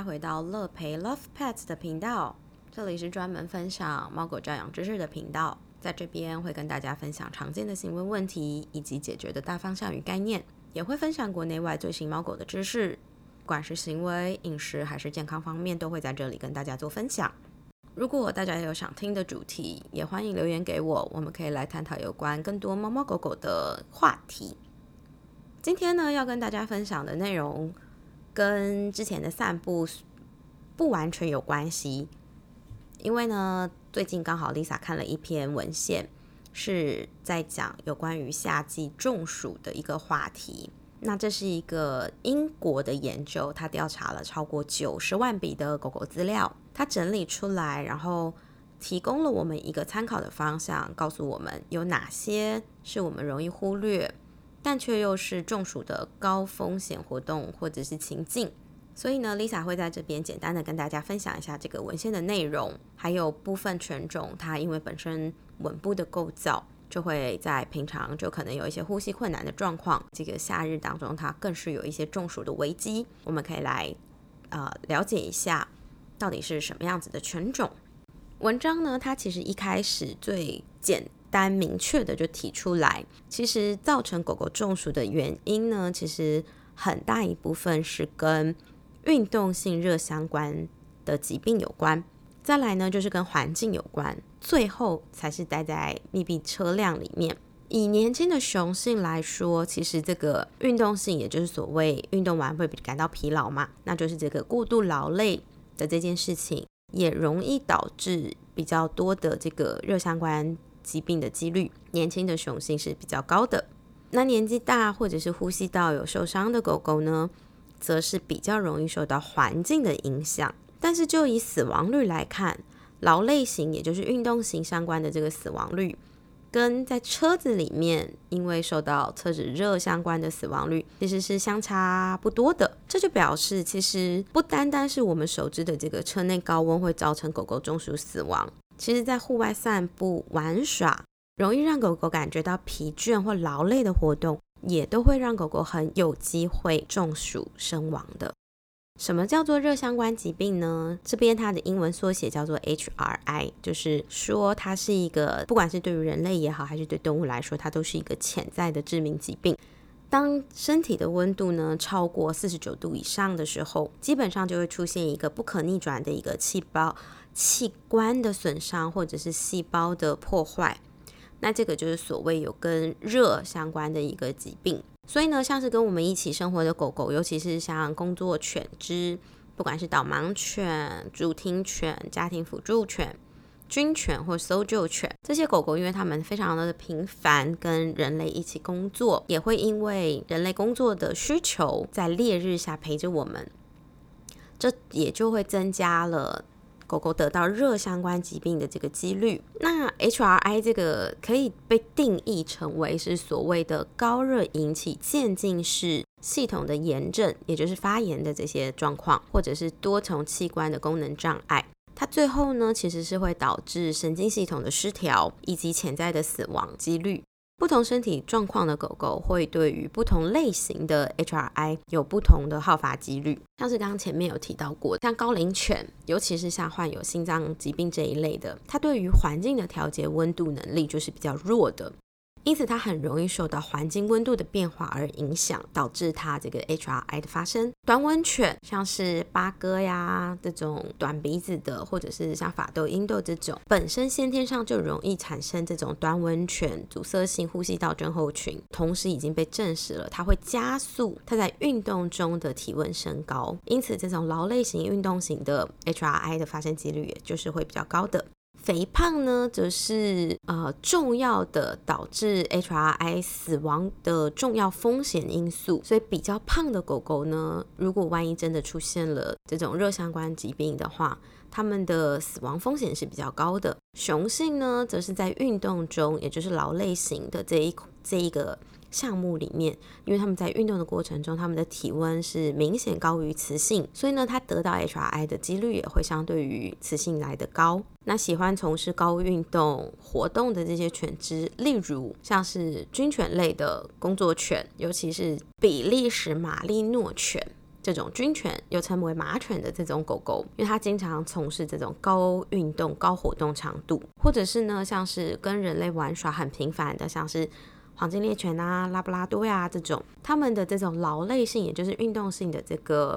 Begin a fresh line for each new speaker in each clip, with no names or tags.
家回到乐培 Love Pets 的频道，这里是专门分享猫狗教养知识的频道。在这边会跟大家分享常见的行为问题以及解决的大方向与概念，也会分享国内外最新猫狗的知识，不管是行为、饮食还是健康方面，都会在这里跟大家做分享。如果大家有想听的主题，也欢迎留言给我，我们可以来探讨有关更多猫猫狗狗的话题。今天呢，要跟大家分享的内容跟之前的散步不完全有关系，因为呢，最近刚好 Lisa 看了一篇文献，是在讲有关于夏季中暑的一个话题。那这是一个英国的研究，他调查了超过90万笔的狗狗资料，他整理出来，然后提供了我们一个参考的方向，告诉我们有哪些是我们容易忽略但却又是中暑的高风险活动或者是情境。所以呢 Lisa 会在这边简单的跟大家分享一下这个文献的内容，还有部分犬种它因为本身吻部的构造，就会在平常就可能有一些呼吸困难的状况，这个夏日当中它更是有一些中暑的危机。我们可以来了解一下到底是什么样子的犬种。文章呢，它其实一开始最简单明确的就提出来，其实造成狗狗中暑的原因呢，其实很大一部分是跟运动性热相关的疾病有关，再来呢就是跟环境有关，最后才是待在密闭车辆里面。以年轻的雄性来说，其实这个运动性，也就是所谓运动完会感到疲劳嘛，那就是这个过度劳累的这件事情，也容易导致比较多的这个热相关疾病的几率，年轻的雄性是比较高的。那年纪大或者是呼吸道有受伤的狗狗呢，则是比较容易受到环境的影响。但是就以死亡率来看，劳累型也就是运动型相关的这个死亡率，跟在车子里面因为受到车子热相关的死亡率其实是相差不多的。这就表示其实不单单是我们熟知的这个车内高温会造成狗狗中暑死亡，其实在户外散步玩耍容易让狗狗感觉到疲倦或劳累的活动，也都会让狗狗很有机会中暑身亡的。什么叫做热相关疾病呢？这边它的英文缩写叫做 HRI， 就是说它是一个不管是对于人类也好还是对动物来说，它都是一个潜在的致命疾病。当身体的温度呢超过49度以上的时候，基本上就会出现一个不可逆转的一个器官的损伤或者是细胞的破坏，那这个就是所谓有跟热相关的一个疾病。所以呢，像是跟我们一起生活的狗狗，尤其是像工作犬只，不管是导盲犬、助听犬、家庭辅助犬、军犬或搜救犬，这些狗狗因为它们非常的频繁跟人类一起工作，也会因为人类工作的需求在烈日下陪着我们，这也就会增加了狗狗得到热相关疾病的这个几率。那 HRI 这个可以被定义成为是所谓的高热引起渐进式系统的炎症，也就是发炎的这些状况，或者是多重器官的功能障碍。它最后呢，其实是会导致神经系统的失调以及潜在的死亡几率。不同身体状况的狗狗会对于不同类型的 HRI 有不同的好发几率，像是刚刚前面有提到过，像高龄犬，尤其是像患有心脏疾病这一类的，它对于环境的调节温度能力就是比较弱的，因此它很容易受到环境温度的变化而影响，导致它这个 HRI 的发生。短吻犬像是八哥呀这种短鼻子的，或者是像法斗、英斗这种，本身先天上就容易产生这种短吻犬阻塞性呼吸道症候群，同时已经被证实了它会加速它在运动中的体温升高，因此这种劳累型运动型的 HRI 的发生几率也就是会比较高的。肥胖呢，则是重要的导致 HRI 死亡的重要风险因素。所以比较胖的狗狗呢，如果万一真的出现了这种热相关疾病的话，它们的死亡风险是比较高的。雄性呢，则是在运动中，也就是劳累型的这一个项目里面，因为他们在运动的过程中，他们的体温是明显高于雌性，所以呢，它得到 HRI 的几率也会相对于雌性来得高。那喜欢从事高运动活动的这些犬只，例如像是军犬类的工作犬，尤其是比利时马利诺犬， 这种军犬，又称为马犬的这种狗狗，因为它经常从事这种高运动、高活动强度，或者是呢像是跟人类玩耍很频繁的，像是黄金猎犬啊、拉布拉多啊这种，它们的这种劳累性，也就是运动性的这个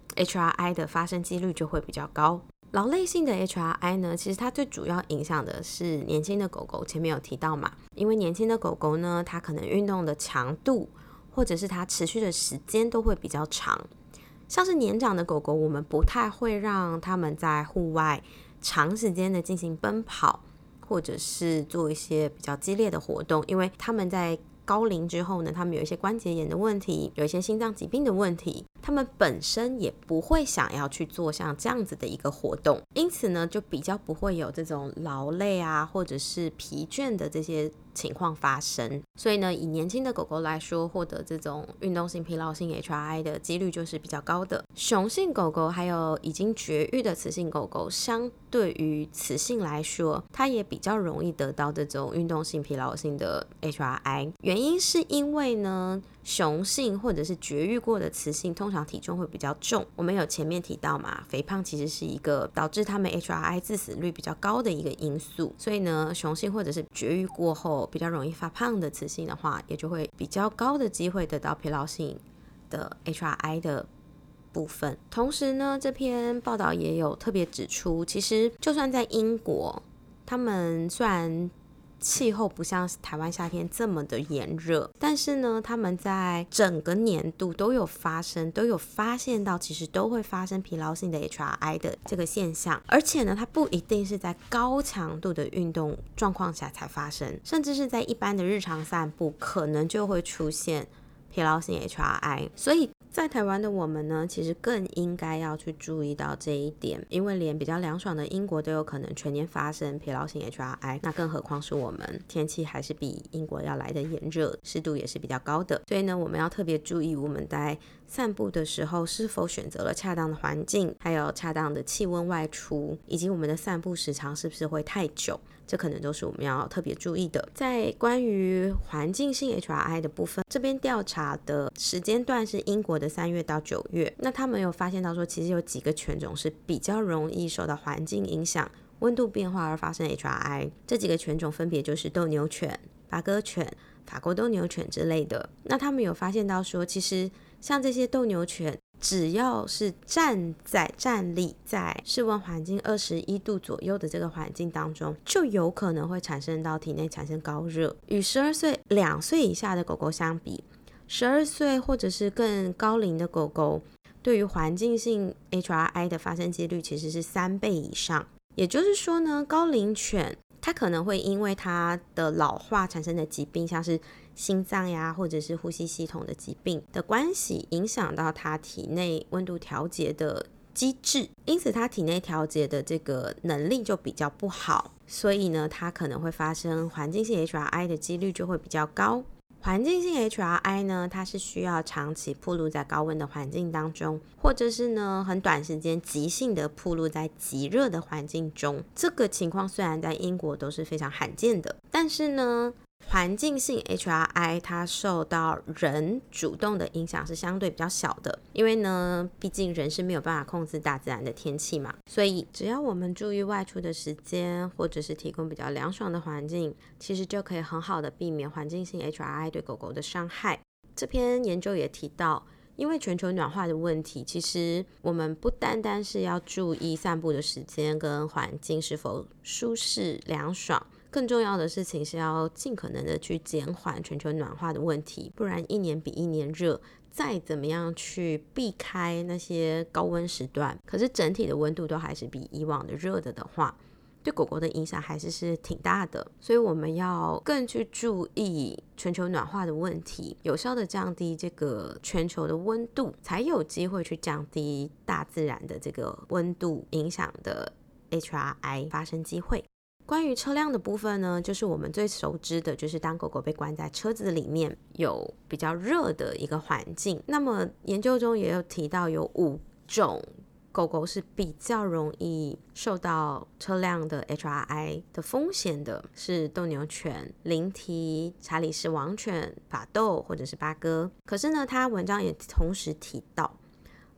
HRI 的发生几率就会比较高。劳累性的 HRI 呢，其实它最主要影响的是年轻的狗狗，前面有提到嘛，因为年轻的狗狗呢，它可能运动的强度或者是它持续的时间都会比较长。像是年长的狗狗，我们不太会让它们在户外长时间的进行奔跑，或者是做一些比较激烈的活动，因为它们在高龄之后呢，他们有一些关节炎的问题，有一些心脏疾病的问题，他们本身也不会想要去做像这样子的一个活动，因此呢，就比较不会有这种劳累啊，或者是疲倦的这些情况发生。所以呢，以年轻的狗狗来说，获得这种运动性疲劳性 HRI 的几率就是比较高的。雄性狗狗还有已经绝育的雌性狗狗，相对于雌性来说，它也比较容易得到这种运动性疲劳性的 HRI。原因是因为呢，雄性或者是绝育过的雌性通常体重会比较重，我们有前面提到嘛，肥胖其实是一个导致他们 HRI 致死率比较高的一个因素，所以呢，雄性或者是绝育过后比较容易发胖的雌性的话，也就会比较高的机会得到疲劳性的 HRI 的部分。同时呢，这篇报道也有特别指出，其实就算在英国，他们虽然气候不像台湾夏天这么的炎热，但是呢，他们在整个年度都有发现到，其实都会发生疲劳性的 HRI 的这个现象，而且呢，它不一定是在高强度的运动状况下才发生，甚至是在一般的日常散步，可能就会出现疲劳性 HRI。 所以在台湾的我们呢，其实更应该要去注意到这一点，因为连比较凉爽的英国都有可能全年发生疲劳性 HRI， 那更何况是我们，天气还是比英国要来的炎热，湿度也是比较高的。所以呢，我们要特别注意我们在散步的时候是否选择了恰当的环境，还有恰当的气温外出，以及我们的散步时长是不是会太久，这可能都是我们要特别注意的。在关于环境性 HRI 的部分，这边调查的时间段是英国的3月到9月，那他们有发现到说，其实有几个犬种是比较容易受到环境影响、温度变化而发生 HRI， 这几个犬种分别就是斗牛犬、巴哥犬、法国斗牛犬之类的。那他们有发现到说，其实像这些斗牛犬，只要是站立在室温环境21度左右的这个环境当中，就有可能会产生到体内产生高热。与12岁、2岁以下的狗狗相比，12岁或者是更高龄的狗狗，对于环境性 HRI 的发生几率其实是3倍以上。也就是说呢，高龄犬它可能会因为它的老化产生的疾病，像是心脏呀或者是呼吸系统的疾病的关系，影响到它体内温度调节的机制，因此它体内调节的这个能力就比较不好，所以呢，它可能会发生环境性 HRI 的几率就会比较高。环境性 HRI 呢，它是需要长期暴露在高温的环境当中，或者是呢很短时间急性的暴露在极热的环境中。这个情况虽然在英国都是非常罕见的，但是呢环境性 HRI 它受到人主动的影响是相对比较小的，因为呢毕竟人是没有办法控制大自然的天气嘛，所以只要我们注意外出的时间，或者是提供比较凉爽的环境，其实就可以很好的避免环境性 HRI 对狗狗的伤害。这篇研究也提到，因为全球暖化的问题，其实我们不单单是要注意散步的时间跟环境是否舒适凉爽，更重要的事情是要尽可能的去减缓全球暖化的问题，不然一年比一年热，再怎么样去避开那些高温时段，可是整体的温度都还是比以往的热的话，对狗狗的影响还是挺大的。所以我们要更去注意全球暖化的问题，有效的降低这个全球的温度，才有机会去降低大自然的这个温度影响的 HRI 发生机会。关于车辆的部分呢，就是我们最熟知的，就是当狗狗被关在车子里面，有比较热的一个环境。那么研究中也有提到，有5种狗狗是比较容易受到车辆的 HRI 的风险的，是斗牛犬、灵缇、查理士王犬、法斗或者是巴哥。可是呢，他文章也同时提到，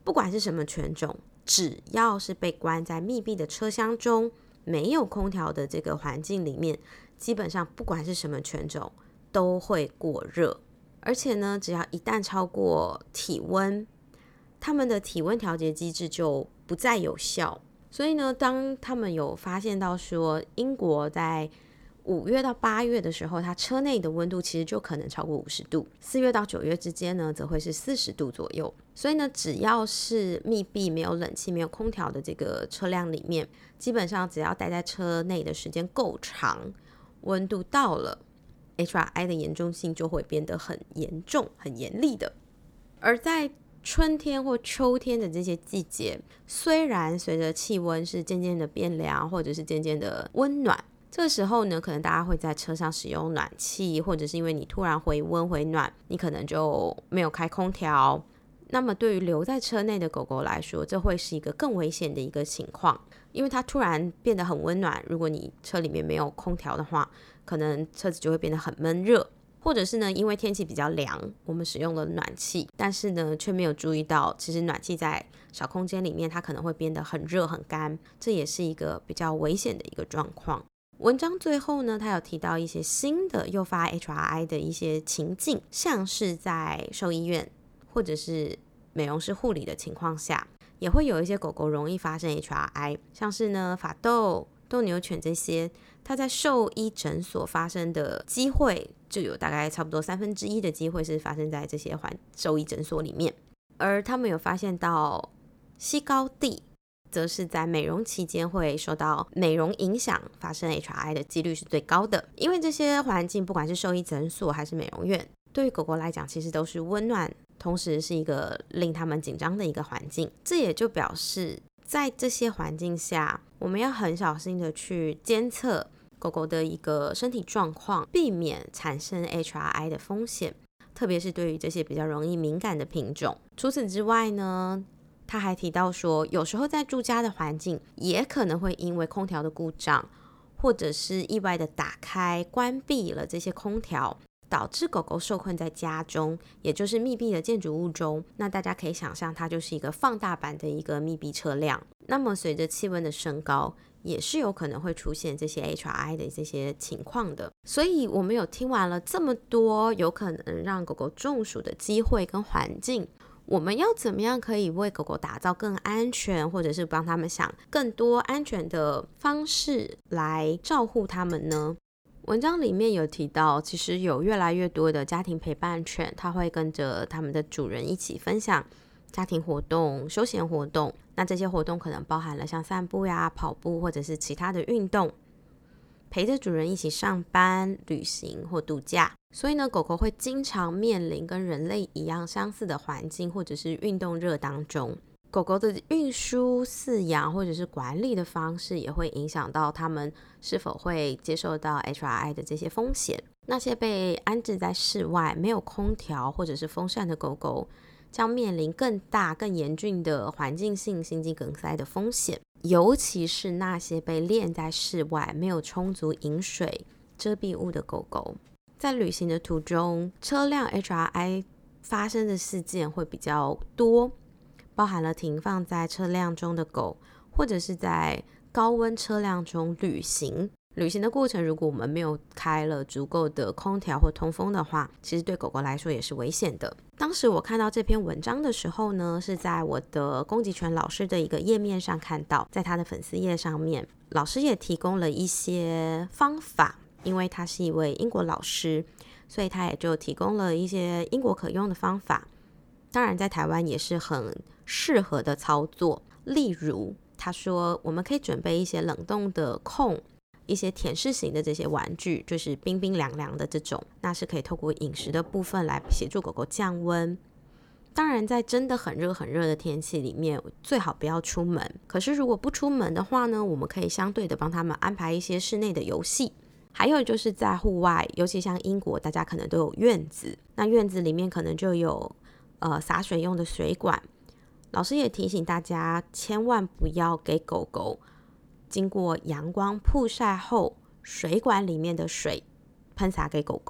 不管是什么犬种，只要是被关在密闭的车厢中，没有空调的这个环境里面，基本上不管是什么犬种都会过热。而且呢，只要一旦超过体温，他们的体温调节机制就不再有效。所以呢，当他们有发现到说英国在5月到8月的时候，它车内的温度其实就可能超过50度，4月到9月之间呢则会是40度左右。所以呢，只要是密闭没有冷气没有空调的这个车辆里面，基本上只要待在车内的时间够长，温度到了， HRI 的严重性就会变得很严重很严厉的。而在春天或秋天的这些季节，虽然随着气温是渐渐的变凉或者是渐渐的温暖，这个时候呢，可能大家会在车上使用暖气，或者是因为你突然回温回暖，你可能就没有开空调。那么对于留在车内的狗狗来说，这会是一个更危险的一个情况，因为它突然变得很温暖，如果你车里面没有空调的话，可能车子就会变得很闷热。或者是呢，因为天气比较凉，我们使用了暖气，但是呢却没有注意到，其实暖气在小空间里面它可能会变得很热很干，这也是一个比较危险的一个状况。文章最后呢，他有提到一些新的诱发 HRI 的一些情境，像是在兽医院或者是美容师护理的情况下，也会有一些狗狗容易发生 HRI， 像是呢法斗、斗牛犬这些，它在兽医诊所发生的机会就有大概差不多1/3的机会是发生在这些兽医诊所里面。而他们有发现到西高地则是在美容期间会受到美容影响，发生 HRI 的几率是最高的。因为这些环境不管是兽医诊所还是美容院，对于狗狗来讲其实都是温暖，同时是一个令他们紧张的一个环境。这也就表示在这些环境下，我们要很小心的去监测狗狗的一个身体状况，避免产生 HRI 的风险，特别是对于这些比较容易敏感的品种。除此之外呢，他还提到说，有时候在住家的环境也可能会因为空调的故障，或者是意外的打开关闭了这些空调，导致狗狗受困在家中，也就是密闭的建筑物中。那大家可以想象，它就是一个放大版的一个密闭车辆。那么随着气温的升高，也是有可能会出现这些 HRI 的这些情况的。所以我们有听完了这么多有可能让狗狗中暑的机会跟环境，我们要怎么样可以为狗狗打造更安全，或者是帮他们想更多安全的方式来照护他们呢？文章里面有提到，其实有越来越多的家庭陪伴犬，它会跟着他们的主人一起分享家庭活动、休闲活动。那这些活动可能包含了像散步呀、跑步或者是其他的运动，陪着主人一起上班、旅行或度假。所以呢，狗狗会经常面临跟人类一样相似的环境或者是运动热当中。狗狗的运输、饲养或者是管理的方式也会影响到它们是否会接受到 HRI 的这些风险。那些被安置在室外没有空调或者是风扇的狗狗，将面临更大更严峻的环境性心肌梗塞的风险，尤其是那些被练在室外没有充足饮水遮蔽物的狗狗。在旅行的途中，车辆 HRI 发生的事件会比较多，包含了停放在车辆中的狗，或者是在高温车辆中旅行的过程，如果我们没有开了足够的空调或通风的话，其实对狗狗来说也是危险的。当时我看到这篇文章的时候呢，是在我的攻击犬老师的一个页面上看到，在他的粉丝页上面，老师也提供了一些方法，因为他是一位英国老师，所以他也就提供了一些英国可用的方法，当然在台湾也是很适合的操作。例如他说我们可以准备一些冷冻的控，一些舔舐型的这些玩具，就是冰冰凉凉的这种，那是可以透过饮食的部分来协助狗狗降温。当然在真的很热很热的天气里面，最好不要出门，可是如果不出门的话呢，我们可以相对的帮他们安排一些室内的游戏。还有就是在户外，尤其像英国，大家可能都有院子，那院子里面可能就有洒水用的水管。老师也提醒大家，千万不要给狗狗经过阳光曝晒后水管里面的水喷洒给狗狗，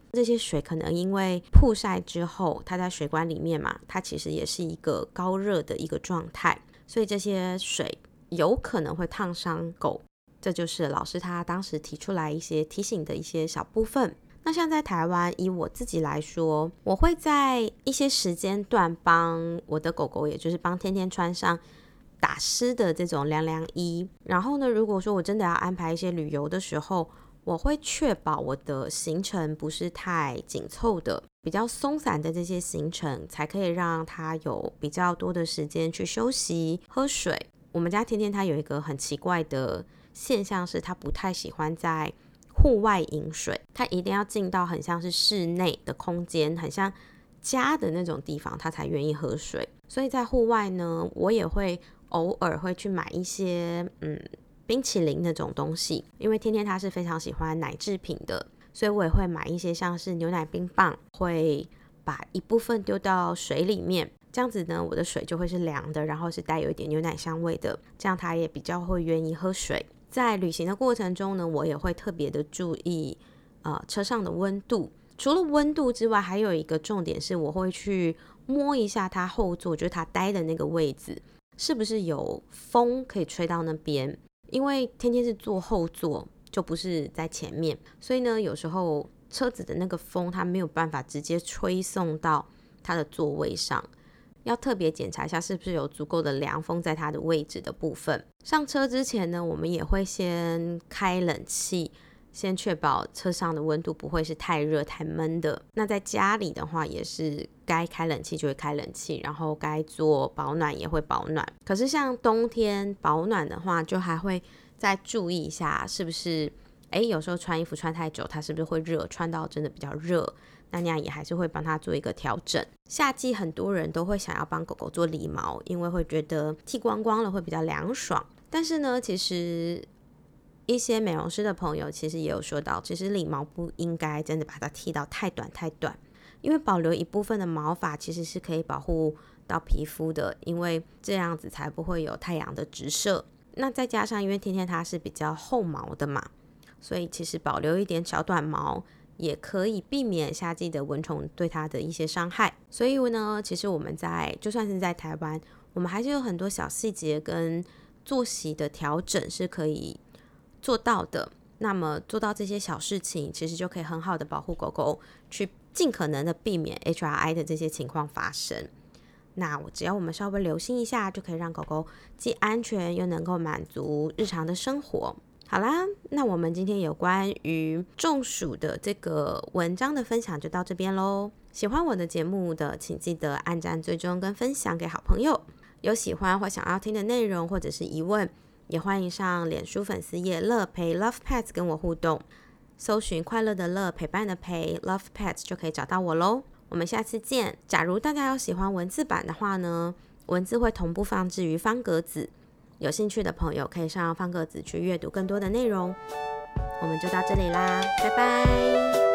这些水可能因为曝晒之后，它在水管里面嘛，它其实也是一个高热的一个状态，所以这些水有可能会烫伤狗。这就是老师他当时提出来一些提醒的一些小部分。那像在台湾，以我自己来说，我会在一些时间段帮我的狗狗，也就是帮天天穿上打湿的这种凉凉衣。然后呢，如果说我真的要安排一些旅游的时候，我会确保我的行程不是太紧凑的，比较松散的这些行程，才可以让它有比较多的时间去休息、喝水。我们家天天它有一个很奇怪的现象，是它不太喜欢在户外饮水，它一定要进到很像是室内的空间，很像家的那种地方，它才愿意喝水。所以在户外呢，我也会偶尔会去买一些冰淇淋那种东西，因为天天他是非常喜欢奶制品的，所以我也会买一些像是牛奶冰棒，会把一部分丢到水里面，这样子呢，我的水就会是凉的，然后是带有一点牛奶香味的，这样他也比较会愿意喝水。在旅行的过程中呢，我也会特别的注意车上的温度。除了温度之外，还有一个重点是我会去摸一下它后座，就是它待的那个位置是不是有风可以吹到那边。因为天天是坐后座，就不是在前面，所以呢，有时候车子的那个风它没有办法直接吹送到它的座位上，要特别检查一下是不是有足够的凉风在它的位置的部分。上车之前呢，我们也会先开冷气，先确保车上的温度不会是太热太闷的。那在家里的话，也是该开冷气就会开冷气，然后该做保暖也会保暖。可是像冬天保暖的话，就还会再注意一下是不是有时候穿衣服穿太久，它是不是会热，穿到真的比较热，那样也还是会帮它做一个调整。夏季很多人都会想要帮狗狗做理毛，因为会觉得剃光光了会比较凉爽。但是呢，其实一些美容师的朋友其实也有说到，其实理毛不应该真的把它剃到太短太短，因为保留一部分的毛发其实是可以保护到皮肤的，因为这样子才不会有太阳的直射。那再加上因为天天它是比较厚毛的嘛，所以其实保留一点小短毛也可以避免夏季的蚊虫对它的一些伤害。所以呢，其实我们就算是在台湾，我们还是有很多小细节跟作息的调整是可以做到的。那么做到这些小事情，其实就可以很好的保护狗狗，去尽可能的避免 HRI 的这些情况发生。那只要我们稍微留心一下，就可以让狗狗既安全又能够满足日常的生活。好啦，那我们今天有关于中暑的这个文章的分享就到这边咯。喜欢我的节目的，请记得按赞、追踪跟分享给好朋友。有喜欢或想要听的内容或者是疑问，也欢迎上脸书粉丝页乐陪 Love Pets 跟我互动，搜寻快乐的乐，陪伴的陪 Love Pets 就可以找到我咯。我们下次见。假如大家有喜欢文字版的话呢，文字会同步放置于方格子，有兴趣的朋友可以上方格子去阅读更多的内容。我们就到这里啦，拜拜。